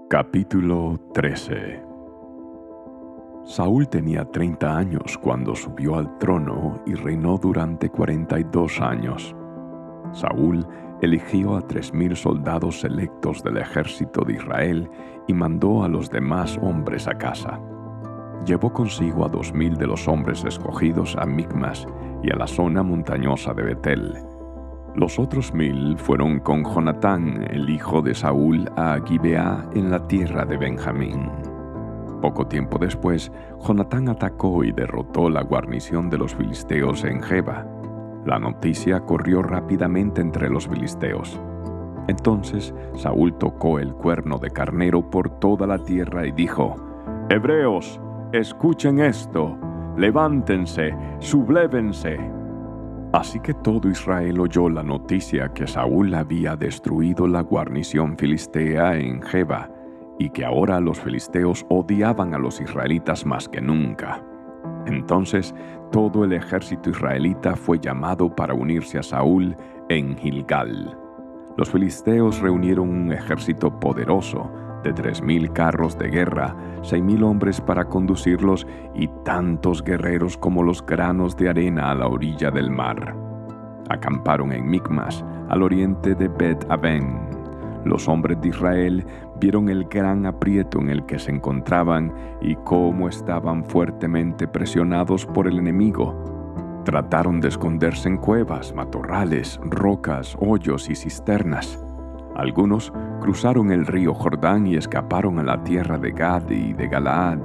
Capítulo 13. Saúl tenía 30 años cuando subió al trono y reinó durante 42 años. Saúl eligió a 3,000 soldados selectos del ejército de Israel y mandó a los demás hombres a casa. Llevó consigo a 2,000 de los hombres escogidos a Micmas y a la zona montañosa de Betel. Los otros 1,000 fueron con Jonatán, el hijo de Saúl, a Gibeá en la tierra de Benjamín. Poco tiempo después, Jonatán atacó y derrotó la guarnición de los filisteos en Geba. La noticia corrió rápidamente entre los filisteos. Entonces Saúl tocó el cuerno de carnero por toda la tierra y dijo: «Hebreos, escuchen esto, levántense, sublévense». Así que todo Israel oyó la noticia que Saúl había destruido la guarnición filistea en Geba y que ahora los filisteos odiaban a los israelitas más que nunca. Entonces todo el ejército israelita fue llamado para unirse a Saúl en Gilgal. Los filisteos reunieron un ejército poderoso de 3,000 carros de guerra, 6,000 hombres para conducirlos y tantos guerreros como los granos de arena a la orilla del mar. Acamparon en Micmas, al oriente de Bet-Aven. Los hombres de Israel vieron el gran aprieto en el que se encontraban y cómo estaban fuertemente presionados por el enemigo. Trataron de esconderse en cuevas, matorrales, rocas, hoyos y cisternas. Algunos cruzaron el río Jordán y escaparon a la tierra de Gad y de Galaad.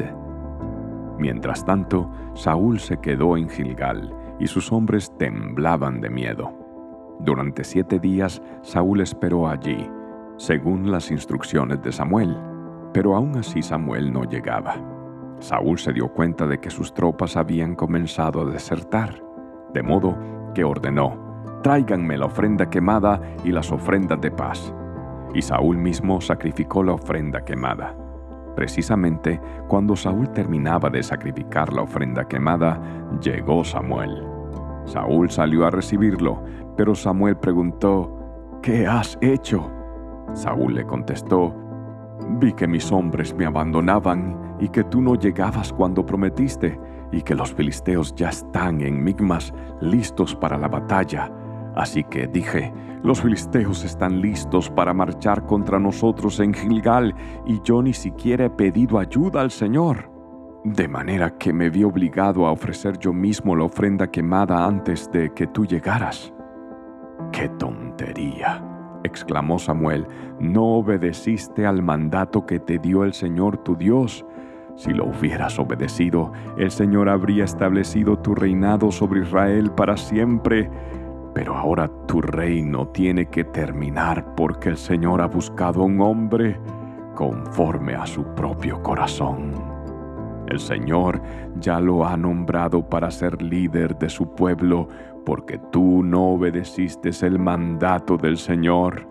Mientras tanto, Saúl se quedó en Gilgal y sus hombres temblaban de miedo. Durante 7 días Saúl esperó allí, según las instrucciones de Samuel, pero aún así Samuel no llegaba. Saúl se dio cuenta de que sus tropas habían comenzado a desertar, de modo que ordenó: «Tráiganme la ofrenda quemada y las ofrendas de paz». Y Saúl mismo sacrificó la ofrenda quemada. Precisamente cuando Saúl terminaba de sacrificar la ofrenda quemada, llegó Samuel. Saúl salió a recibirlo, pero Samuel preguntó: «¿Qué has hecho?». Saúl le contestó: «Vi que mis hombres me abandonaban y que tú no llegabas cuando prometiste, y que los filisteos ya están en Micmas listos para la batalla. Así que dije: los filisteos están listos para marchar contra nosotros en Gilgal, y yo ni siquiera he pedido ayuda al Señor. De manera que me vi obligado a ofrecer yo mismo la ofrenda quemada antes de que tú llegaras». «¡Qué tontería!», exclamó Samuel. «No obedeciste al mandato que te dio el Señor tu Dios. Si lo hubieras obedecido, el Señor habría establecido tu reinado sobre Israel para siempre. Pero ahora tu reino tiene que terminar porque el Señor ha buscado a un hombre conforme a su propio corazón. El Señor ya lo ha nombrado para ser líder de su pueblo porque tú no obedeciste el mandato del Señor».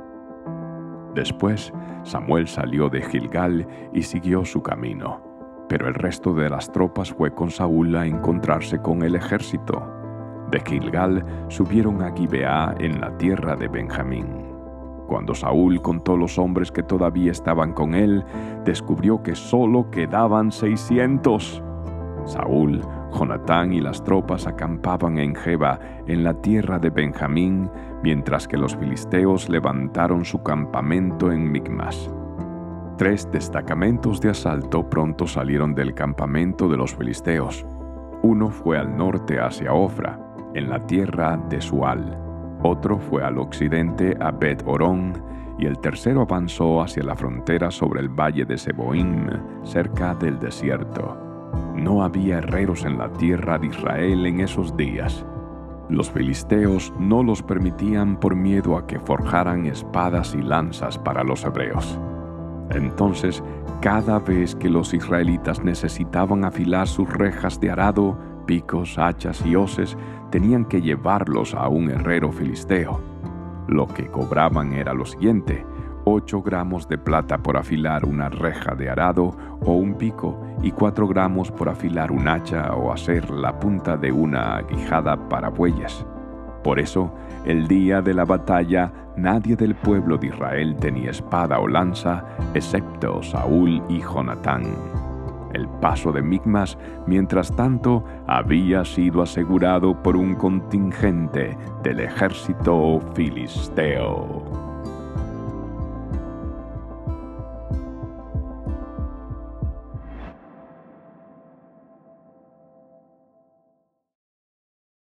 Después Samuel salió de Gilgal y siguió su camino, pero el resto de las tropas fue con Saúl a encontrarse con el ejército. De Gilgal subieron a Gibeá en la tierra de Benjamín. Cuando Saúl contó los hombres que todavía estaban con él, descubrió que solo quedaban 600. Saúl, Jonatán y las tropas acampaban en Geba, en la tierra de Benjamín, mientras que los filisteos levantaron su campamento en Micmas. 3 destacamentos de asalto pronto salieron del campamento de los filisteos. Uno fue al norte hacia Ofra, en la tierra de Sual. Otro fue al occidente a Bet-Horón, y el tercero avanzó hacia la frontera sobre el valle de Seboim, cerca del desierto. No había herreros en la tierra de Israel en esos días. Los filisteos no los permitían por miedo a que forjaran espadas y lanzas para los hebreos. Entonces, cada vez que los israelitas necesitaban afilar sus rejas de arado, picos, hachas y hoces, tenían que llevarlos a un herrero filisteo. Lo que cobraban era lo siguiente: 8 gramos de plata por afilar una reja de arado o un pico, y 4 gramos por afilar un hacha o hacer la punta de una aguijada para bueyes. Por eso, el día de la batalla, nadie del pueblo de Israel tenía espada o lanza, excepto Saúl y Jonatán. El paso de Micmas, mientras tanto, había sido asegurado por un contingente del ejército filisteo.